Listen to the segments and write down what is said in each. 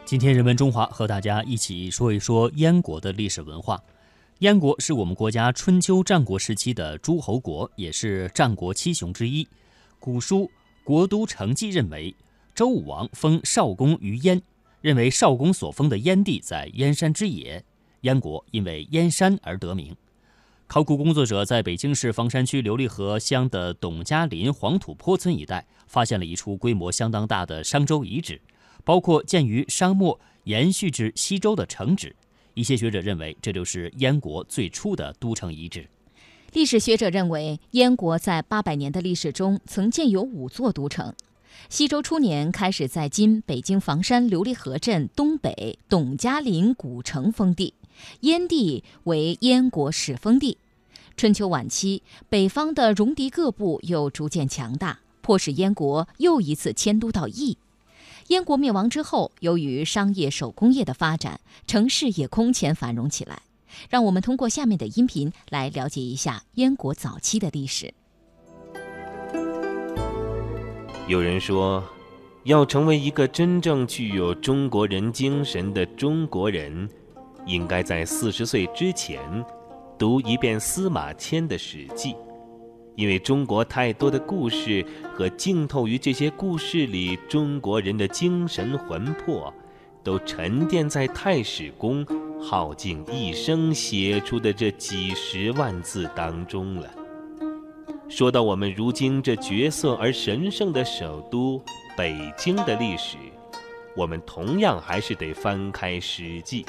今天人文中华和大家一起说一说燕国的历史文化。燕国是我们国家春秋战国时期的诸侯国，也是战国七雄之一。古书《国都成纪》认为，周武王封少公于燕，认为少公所封的燕地在燕山之野，燕国因为燕山而得名。考古工作者在北京市房山区琉璃河乡的董家林黄土坡村一带发现了一处规模相当大的商周遗址，包括建于商末延续至西周的城址。一些学者认为，这就是燕国最初的都城遗址。 历史学者认为，燕国在800年的历史中曾建有5座都城。西周初年开始在今北京房山琉璃河镇东北董家林古城封地，燕地为燕国始封地。春秋晚期，北方的戎狄各部又逐渐强大，迫使燕国又一次迁都到邑。燕国灭亡之后，由于商业手工业的发展，城市也空前繁荣起来。让我们通过下面的音频来了解一下燕国早期的历史。 有人说，要成为一个真正具有中国人精神的中国人，应该在40岁之前读一遍司马迁的《史记》，因为中国太多的故事和浸透于这些故事里中国人的精神魂魄，都沉淀在太史公耗尽一生写出的这几十万字当中了。说到我们如今这绝色而神圣的首都北京的历史，我们同样还是得翻开《史记》。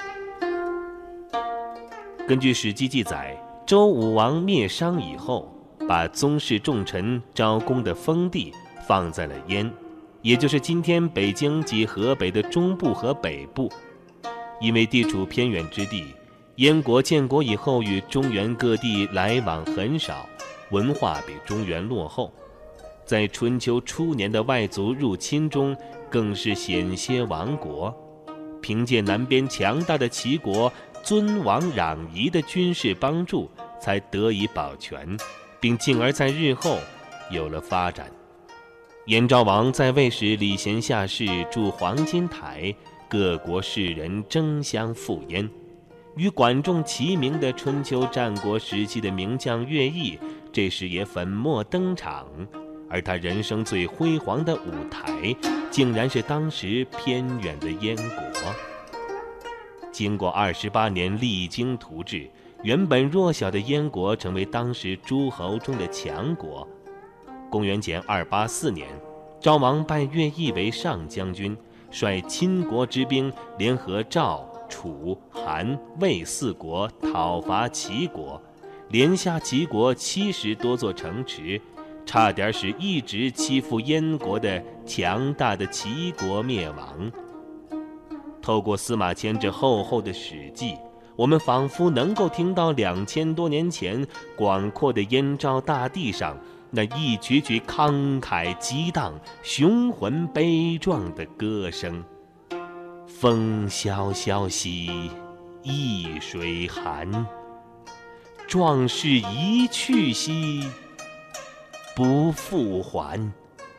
根据《史记》记载，周武王灭商以后，把宗室重臣昭公的封地放在了燕，也就是今天北京及河北的中部和北部。因为地处偏远之地，燕国建国以后与中原各地来往很少，文化比中原落后，在春秋初年的外族入侵中更是险些亡国。凭借南边强大的齐国尊王攘夷的军事帮助，才得以保全，并进而在日后有了发展。燕昭王在位时礼贤下士，筑黄金台，各国士人争相赴燕。与管仲齐名的春秋战国时期的名将乐毅，这时也粉墨登场，而他人生最辉煌的舞台，竟然是当时偏远的燕国。经过28年励精图治，原本弱小的燕国成为当时诸侯中的强国。公元前284年，赵王拜乐毅为上将军，率亲国之兵联合赵、楚、韩、魏4国讨伐齐国，连下齐国70多座城池，差点使一直欺负燕国的强大的齐国灭亡。透过司马迁这厚厚的《史记》，我们仿佛能够听到2000多年前广阔的燕赵大地上那一曲曲慷慨激荡、雄浑悲壮的歌声。风萧萧兮易水寒，壮士一去兮不复还。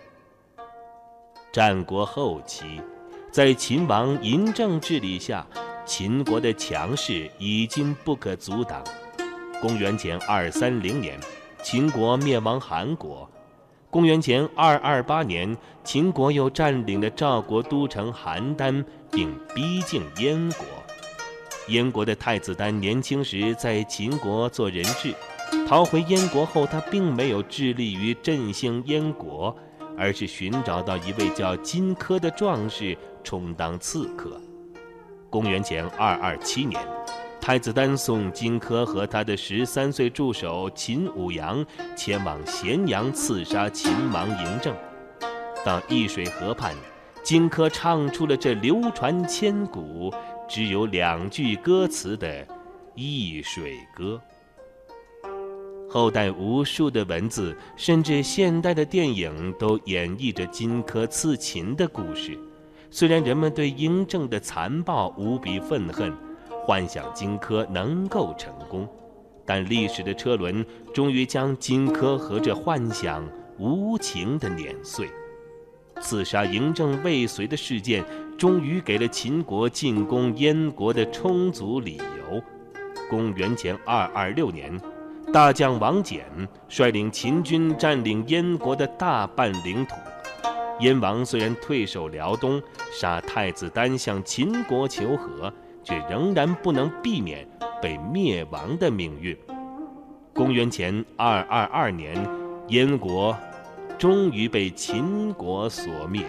战国后期，在秦王嬴政治理下，秦国的强势已经不可阻挡。公元前230年，秦国灭亡韩国。公元前228年，秦国又占领了赵国都城邯郸，并逼近燕国。燕国的太子丹年轻时在秦国做人质，逃回燕国后，他并没有致力于振兴燕国，而是寻找到一位叫荆轲的壮士充当刺客。公元前227年，太子丹送荆轲和他的13岁助手秦舞阳前往咸阳刺杀秦王嬴政。到易水河畔，荆轲唱出了这流传千古、只有2句歌词的《易水歌》。后代无数的文字，甚至现代的电影都演绎着荆轲刺秦的故事。虽然人们对嬴政的残暴无比愤恨，幻想荆轲能够成功，但历史的车轮终于将荆轲和这幻想无情地碾碎。 刺杀嬴政未遂的事件，终于给了秦国进攻燕国的充足理由。公元前226年，大将王翦率领秦军占领燕国的大半领土。燕王虽然退守辽东，杀太子丹向秦国求和，却仍然不能避免被灭亡的命运。公元前222年，燕国终于被秦国所灭。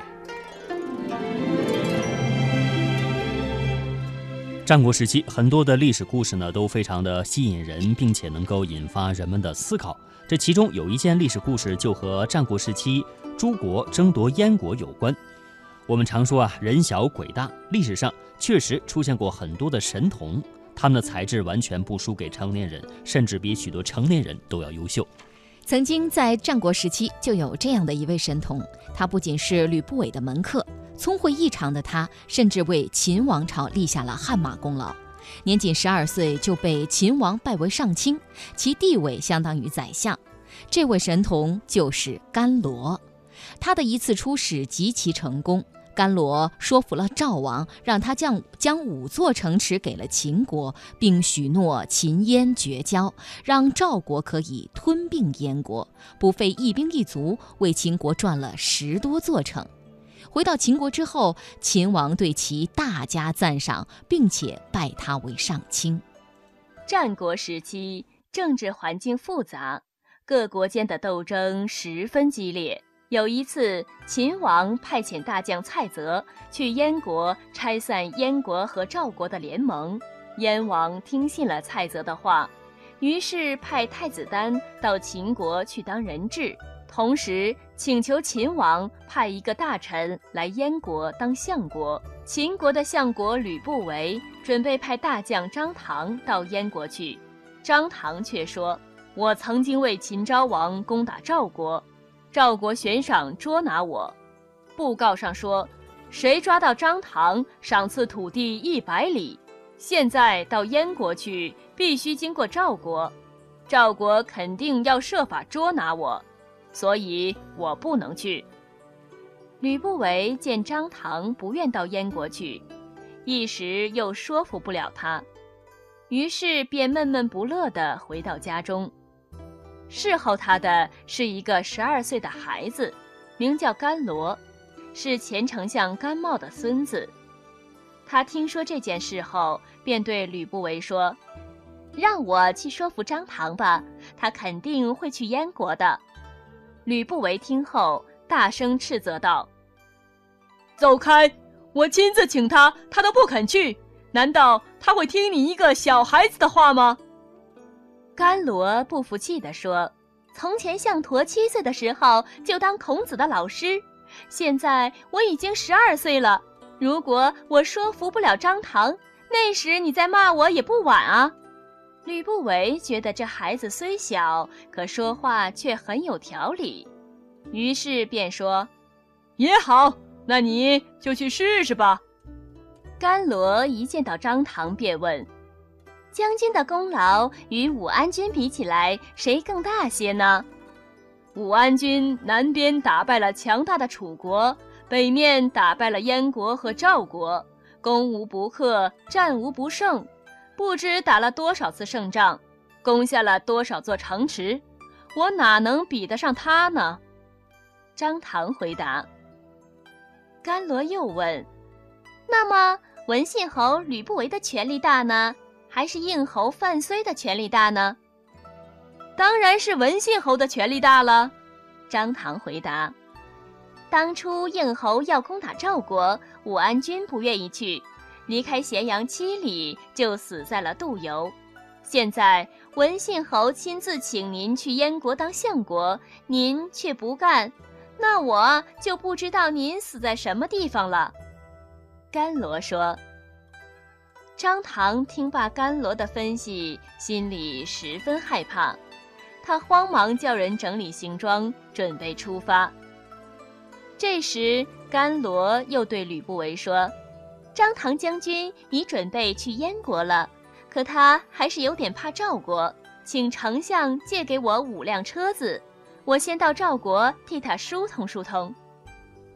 战国时期很多的历史故事呢，都非常的吸引人，并且能够引发人们的思考。这其中有一件历史故事就和战国时期诸国争夺燕国有关。我们常说人小鬼大，历史上确实出现过很多的神童，他们的才智完全不输给成年人，甚至比许多成年人都要优秀。 曾经在战国时期就有这样的一位神童，他不仅是吕不韦的门客，聪慧异常的他甚至为秦王朝立下了汗马功劳。年仅12岁就被秦王拜为上卿，其地位相当于宰相。这位神童就是甘罗，他的一次出使极其成功。甘罗说服了赵王，让他将5座城池给了秦国，并许诺秦燕绝交，让赵国可以吞并燕国，不费一兵一卒，为秦国赚了10多座城。回到秦国之后，秦王对其大加赞赏，并且拜他为上卿。 战国时期，政治环境复杂，各国间的斗争十分激烈。有一次，秦王派遣大将蔡泽去燕国拆散燕国和赵国的联盟。燕王听信了蔡泽的话，于是派太子丹到秦国去当人质，同时请求秦王派一个大臣来燕国当相国。秦国的相国吕不韦准备派大将张唐到燕国去，张唐却说：“我曾经为秦昭王攻打赵国，赵国悬赏捉拿我，布告上说，谁抓到张唐，赏赐土地100里。现在到燕国去，必须经过赵国，赵国肯定要设法捉拿我，所以我不能去。”吕不韦见张唐不愿到燕国去，一时又说服不了他，于是便闷闷不乐地回到家中。侍候他的是一个12岁的孩子，名叫甘罗，是前丞相甘茂的孙子。他听说这件事后，便对吕不韦说：“让我去说服张唐吧，他肯定会去燕国的。”吕不韦听后，大声斥责道：“走开！我亲自请他，他都不肯去，难道他会听你一个小孩子的话吗？”甘罗不服气地说：“从前项佗7岁的时候就当孔子的老师，现在我已经12岁了。如果我说服不了张唐，那时你再骂我也不晚啊。”吕不韦觉得这孩子虽小，可说话却很有条理，于是便说：“也好，那你就去试试吧。”甘罗一见到张唐便问：“将军的功劳与武安君比起来，谁更大些呢？”武安君南边打败了强大的楚国，北面打败了燕国和赵国，攻无不克，战无不胜，不知打了多少次胜仗，攻下了多少座城池，我哪能比得上他呢？张唐回答。甘罗又问：“那么文信侯吕不韦的权力大呢，还是应侯范睢的权力大呢？”“当然是文信侯的权力大了。”张唐回答。当初应侯要攻打赵国，武安君不愿意去，离开咸阳7里就死在了杜游。现在文信侯亲自请您去燕国当相国，您却不干，那我就不知道您死在什么地方了。”甘罗说。张唐听罢甘罗的分析，心里十分害怕，他慌忙叫人整理行装，准备出发。这时甘罗又对吕不韦说：“张唐将军已准备去燕国了，可他还是有点怕赵国，请丞相借给我5辆车子，我先到赵国替他疏通疏通。”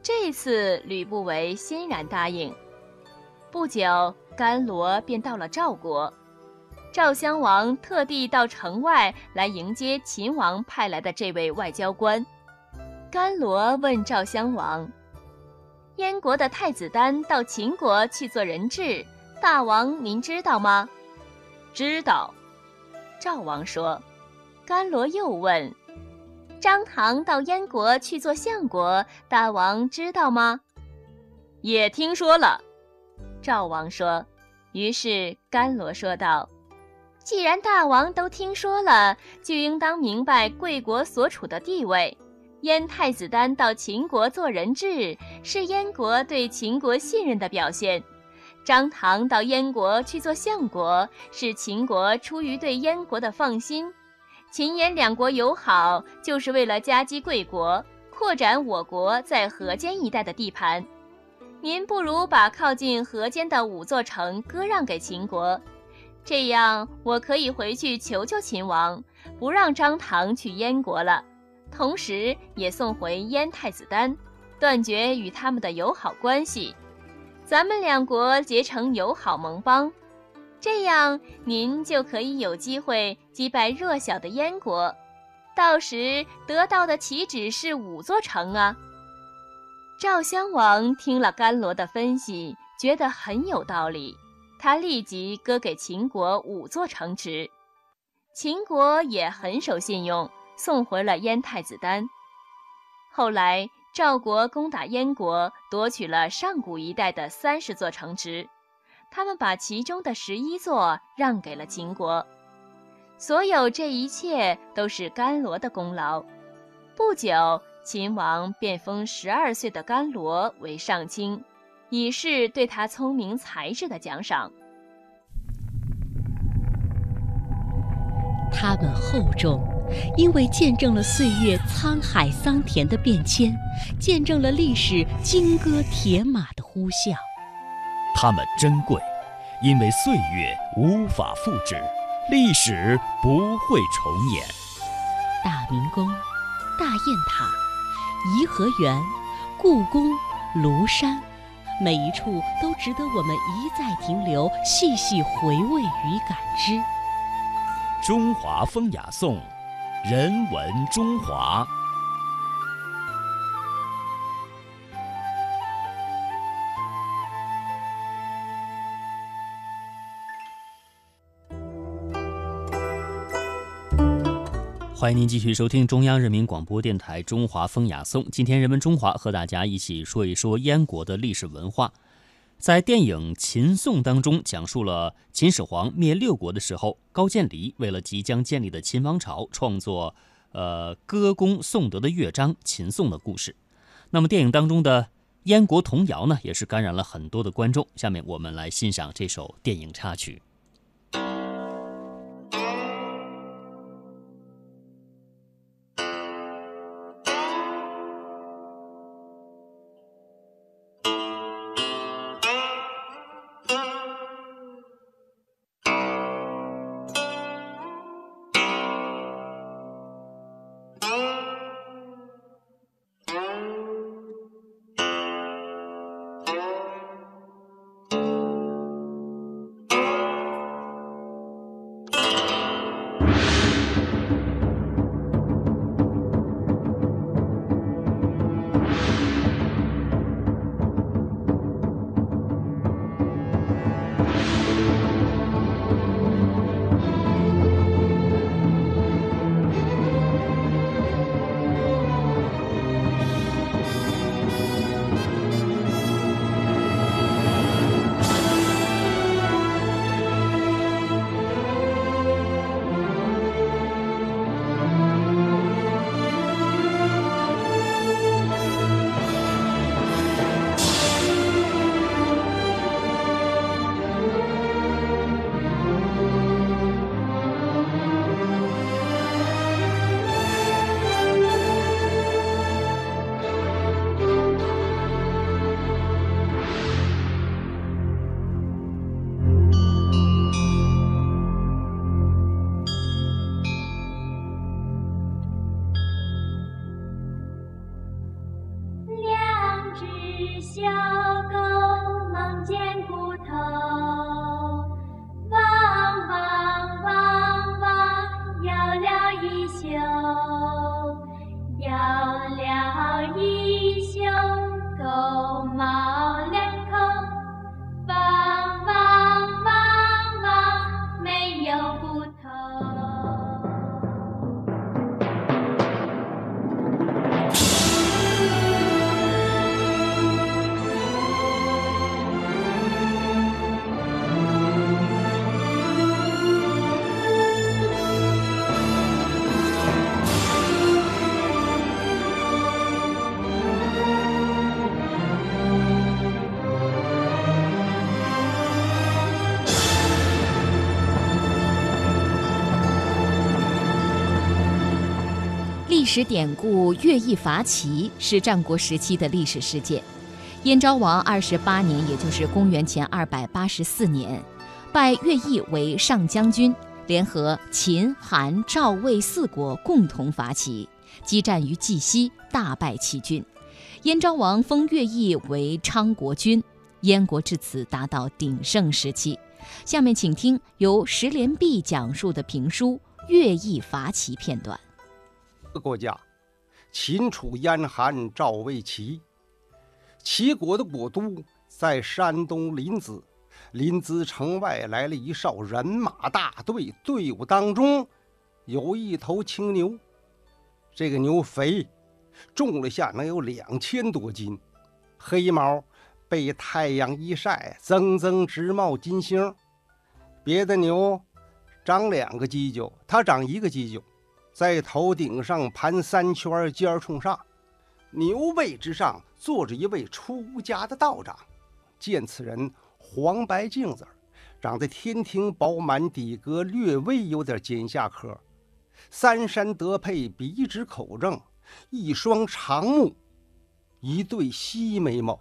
这次吕不韦欣然答应。不久，甘罗便到了赵国。赵襄王特地到城外来迎接秦王派来的这位外交官。甘罗问赵襄王：燕国的太子丹到秦国去做人质，大王您知道吗？知道。赵王说。甘罗又问：张唐到燕国去做相国，大王知道吗？也听说了。赵王说。于是甘罗说道：既然大王都听说了，就应当明白贵国所处的地位。燕太子丹到秦国做人质，是燕国对秦国信任的表现；张唐到燕国去做相国，是秦国出于对燕国的放心。秦燕两国友好，就是为了夹击贵国，扩展我国在河间一带的地盘。您不如把靠近河间的5座城割让给秦国，这样我可以回去求求秦王，不让张唐去燕国了，同时也送回燕太子丹，断绝与他们的友好关系。咱们两国结成友好盟邦，这样您就可以有机会击败弱小的燕国，到时得到的岂止是5座城啊！赵襄王听了甘罗的分析，觉得很有道理，他立即割给秦国5座城池。秦国也很守信用，送回了燕太子丹。后来赵国攻打燕国，夺取了上古一带的30座城池，他们把其中的11座让给了秦国。所有这一切都是甘罗的功劳。不久，秦王便封12岁的甘罗为上卿，以示对他聪明才智的奖赏。 他们厚重，因为见证了岁月沧海桑田的变迁，见证了历史金戈铁马的呼啸。 他们珍贵，因为岁月无法复制，历史不会重演。 大明宫、大雁塔、颐和园、故宫、庐山，每一处都值得我们一再停留，细细回味与感知。 中华风雅颂，人文中华。 欢迎您继续收听中央人民广播电台中华风雅颂。今天人文中华和大家一起说一说燕国的历史文化。在电影《秦颂》当中，讲述了秦始皇灭六国的时候，高渐离为了即将建立的秦王朝创作歌功颂德的乐章《秦颂》的故事。那么电影当中的燕国童谣呢，也是感染了很多的观众。下面我们来欣赏这首电影插曲。 只小狗梦见骨头，汪汪汪汪摇了一宿，摇了一宿，狗冒两口，汪汪汪汪没有骨头。 历史典故乐毅伐齐是战国时期的历史事件。燕昭王28年，也就是公元前284年，拜乐毅为上将军，联合秦、韩、赵、魏4国共同伐齐，激战于绩溪，大败齐军。燕昭王封乐毅为昌国君，燕国至此达到鼎盛时期。下面请听由石连璧讲述的评书《乐毅伐齐》片段。 国家，秦、楚、燕、韩、赵、魏、齐。齐国的国都在山东临淄，临淄城外来了一哨人马大队，队伍当中有一头青牛，这个牛肥，重了下能有2000多斤，黑毛被太阳一晒，增增直冒金星。别的牛长2个犄角，它长1个犄角，在头顶上盘3圈，尖冲上。牛背之上坐着一位出家的道长，见此人黄白净子，长得天庭饱满，底格略微有点尖下颏，3山得配，鼻直口正，一双长目，一对细眉毛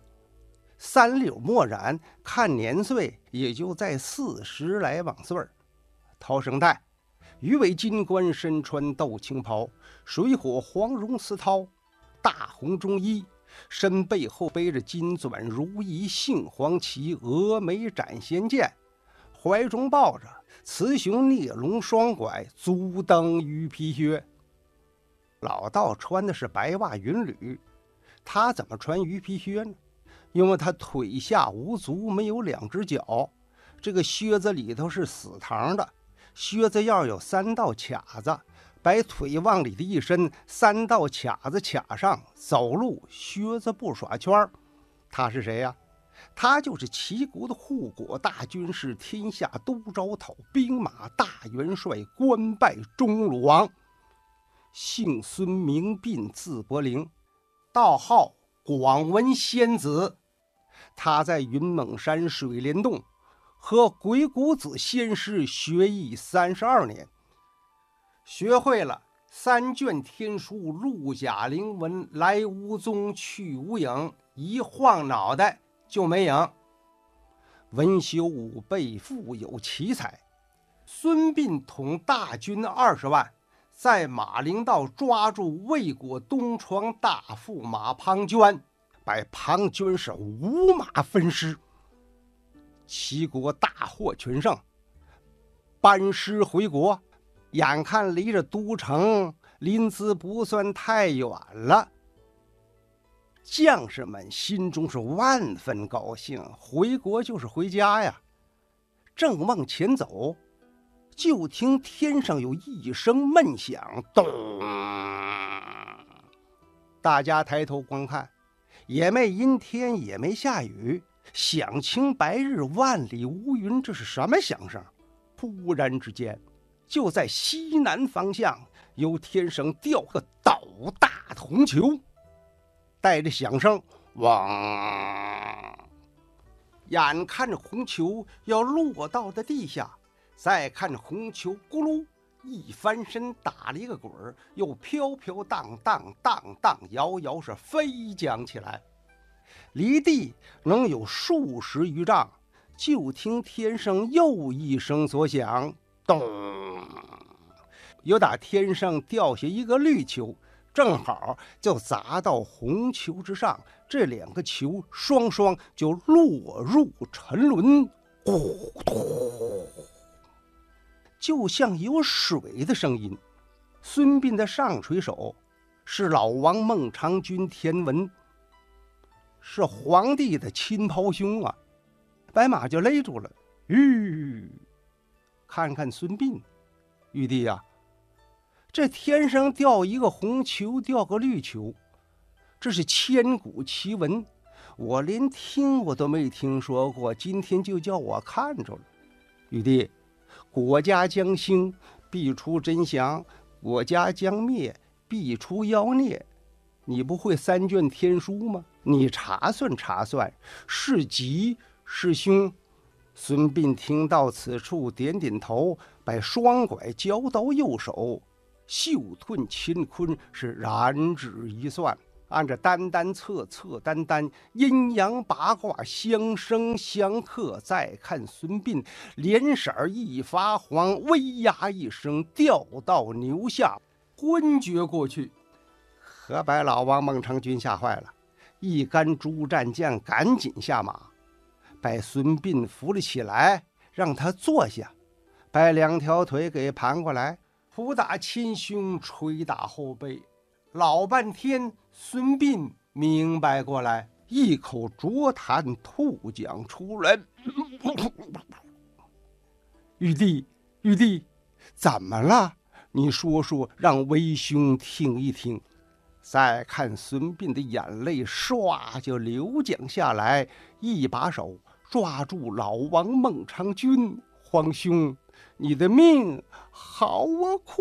，3绺墨染，看年岁也就在40来往岁，头绳带，鱼尾金冠，身穿斗青袍，水火黄绒丝绦，大红中衣，身背后背着金钻如意杏黄旗，峨眉斩仙剑，怀中抱着雌雄孽龙双拐，足蹬鱼皮靴。老道穿的是白袜云履，他怎么穿鱼皮靴呢？因为他腿下无足，没有2只脚，这个靴子里头是死膛的，靴子要有3道卡子，把腿往里的一伸，3道卡子卡上，走路靴子不耍圈。他是谁呀？他就是齐国的护国大军士，天下都招讨兵马大元帅，官拜中鲁王，姓孙名膑，字伯陵，道号广文仙子。他在云蒙山水帘洞和鬼谷子先师学艺32年，学会了3卷天书，入甲灵文，来无踪，去无影，一晃脑袋就没影。文修武备，富有奇才。孙膑统大军20万，在马陵道抓住魏国东床大驸马庞涓，把庞涓是5马分尸。齐国大获全胜，班师回国，眼看离着都城临淄不算太远了，将士们心中是万分高兴，回国就是回家呀。正往前走，就听天上有一声闷响，咚！大家抬头观看，也没阴天，也没下雨，响晴白日，万里无云，这是什么响声？突然之间，就在西南方向，由天上掉个斗大的红球，带着响声，汪！眼看着红球要落到的地下，再看着红球咕噜一翻身，打了一个滚儿，又飘飘荡荡，荡荡摇摇，是飞将起来，离地能有数十余丈。就听天上又一声所响，咚！又打天上掉下一个绿球， 正好就砸到红球之上，这两个球双双就落入沉沦，咕咚，就像有水的声音。孙膑的上垂手是老王孟尝君田文，是皇帝的亲胞兄啊，白马就勒住了。看看孙膑，玉帝呀，这天上掉一个红球，掉个绿球，这是千古奇闻，我连听我都没听说过，今天就叫我看着了。玉帝，国家将兴，必出真祥；国家将灭，必出妖孽。你不会三卷天书吗？你查算查算，是吉是凶？孙膑听到此处，点点头，把双拐交到右手，袖吞乾坤，是燃指一算，按着单单测测单单，阴阳八卦相生相克。再看孙膑脸色一发黄，威压一声掉到牛下，昏厥过去。河北老王孟尝君吓坏了，一干诸战将赶紧下马，把孙膑扶了起来，让他坐下，把两条腿给盘过来，扑打亲胸，捶打后背。老半天，孙膑明白过来，一口浊痰吐将出来。玉帝，玉帝，怎么了？你说说，让为兄听一听。再看孙膑的眼泪唰就流淌下来，一把手抓住老王孟尝君，皇兄，你的命好啊，哭！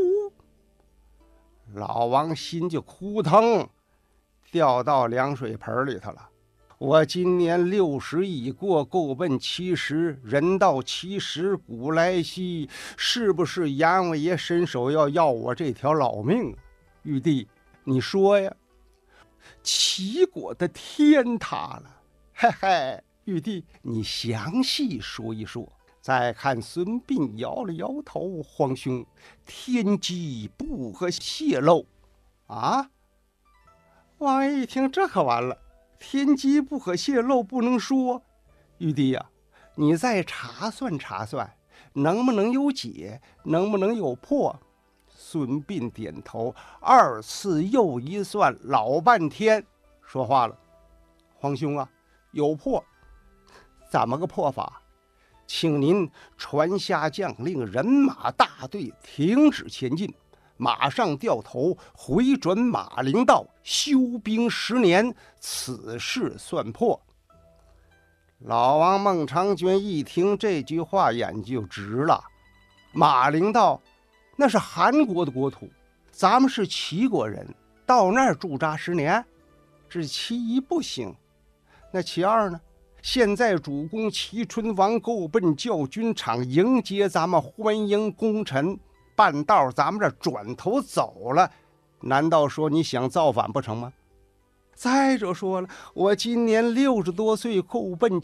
老王心就哭疼，掉到凉水盆里头了。我今年60已过，够奔70，人到70古来稀，是不是阎王爷伸手要我这条老命？玉帝，你说呀，齐国的天塌了，嘿嘿，玉帝，你详细说一说。再看孙膑摇了摇头，皇兄，天机不可泄露啊！王爷一听，这可完了，天机不可泄露，不能说。玉帝呀，你再查算查算，能不能有解，能不能有破？孙膑点头，二次又一算，老半天，说话了：皇兄啊，有破。怎么个破法？请您传下将令，人马大队停止前进，马上掉头回转马陵道，休兵10年，此事算破。老王孟尝君一听这句话，眼就直了。马陵道那是韩国的国土，咱们是齐国人，到那儿驻扎10年，这是其一不行。那其二呢？现在主公齐春王够奔教军场迎接咱们，欢迎功臣，半道咱们这转头走了，难道说你想造反不成吗？再者说了，我今年60多岁，够奔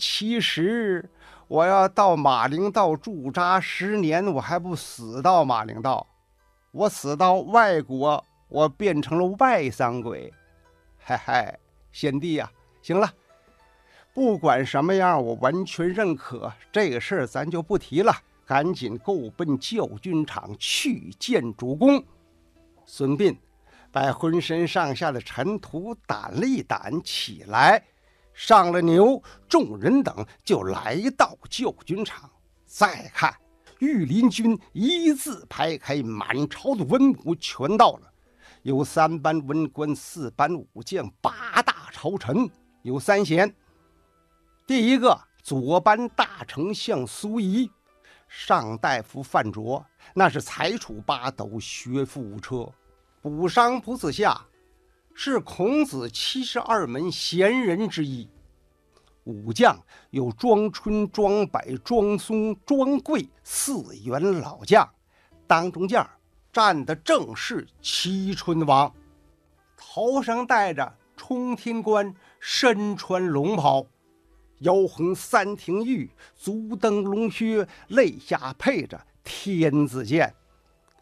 70，我要到马陵道驻扎10年，我还不死到马陵道？我死到外国，我变成了外丧鬼。嘿嘿，贤弟呀，行了，不管什么样，我完全认可，这个事儿咱就不提了，赶紧够奔教军场去见主公。孙膑把浑身上下的尘土掸了一掸起来，上了牛，众人等就来到教军场。再看御林军一字排开，满朝的文武全到了，有3班文官，4班武将，8大朝臣，有3贤。第一个左班大丞相苏仪，上大夫范卓，那是才处8斗，学富5车。补商卜子夏是孔子72门贤人之一。武将有庄春、庄柏、庄松、庄贵4员老将，当中间站的正是齐春王，头上戴着冲天冠，身穿龙袍，腰横3庭玉，足蹬龙靴，肋下配着天子剑。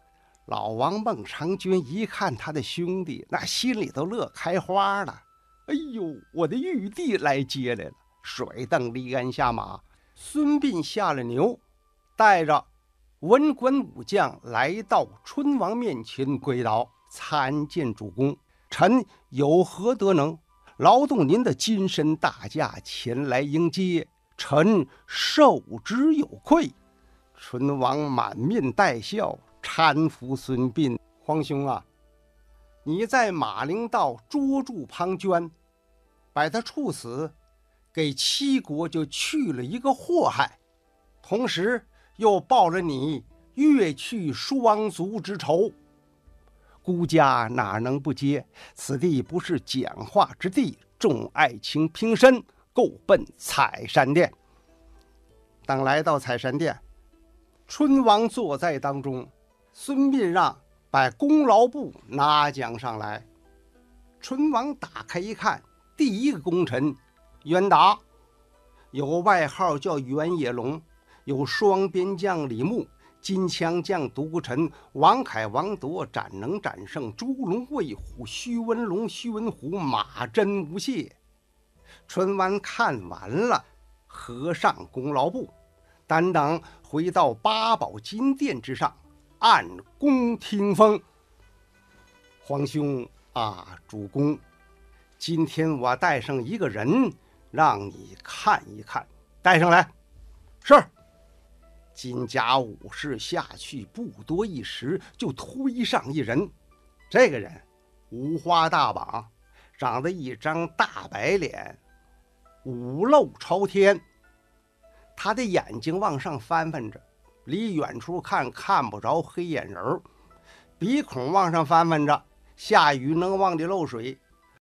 老王孟尝君一看他的兄弟，那心里都乐开花了。哎呦，我的玉帝来接来了！甩蹬离鞍下马，孙膑下了牛，带着文官武将来到春王面前跪倒，参见主公，臣有何德能，劳动您的金身大驾前来迎接，臣受之有愧。春王满面带笑，搀扶孙膑：皇兄啊，你在马陵道捉住庞涓，把他处死，给七国就去了一个祸害，同时又报了你越去双族之仇。孤家哪能不接？此地不是讲话之地，重爱卿平身，够奔采山殿。当来到采山殿，春王坐在当中，孙膑让把功劳簿拿奖上来。春王打开一看，第一个功臣袁达，有外号叫袁野龙，有双边将李牧，金枪将独孤臣，王凯、王铎，斩能斩胜，朱龙、魏虎，须文龙、须文虎，马真、吴谢。春王看完了，合上功劳簿，单等回到八宝金殿之上，按功听封。皇兄啊，主公，今天我带上一个人，让你看一看，带上来。是。金甲武士下去不多一时，就推上一人。这个人五花大绑，长得一张大白脸，五露朝天。他的眼睛往上翻翻着，离远处看看不着黑眼仁儿；鼻孔往上翻翻着，下雨能往里漏水。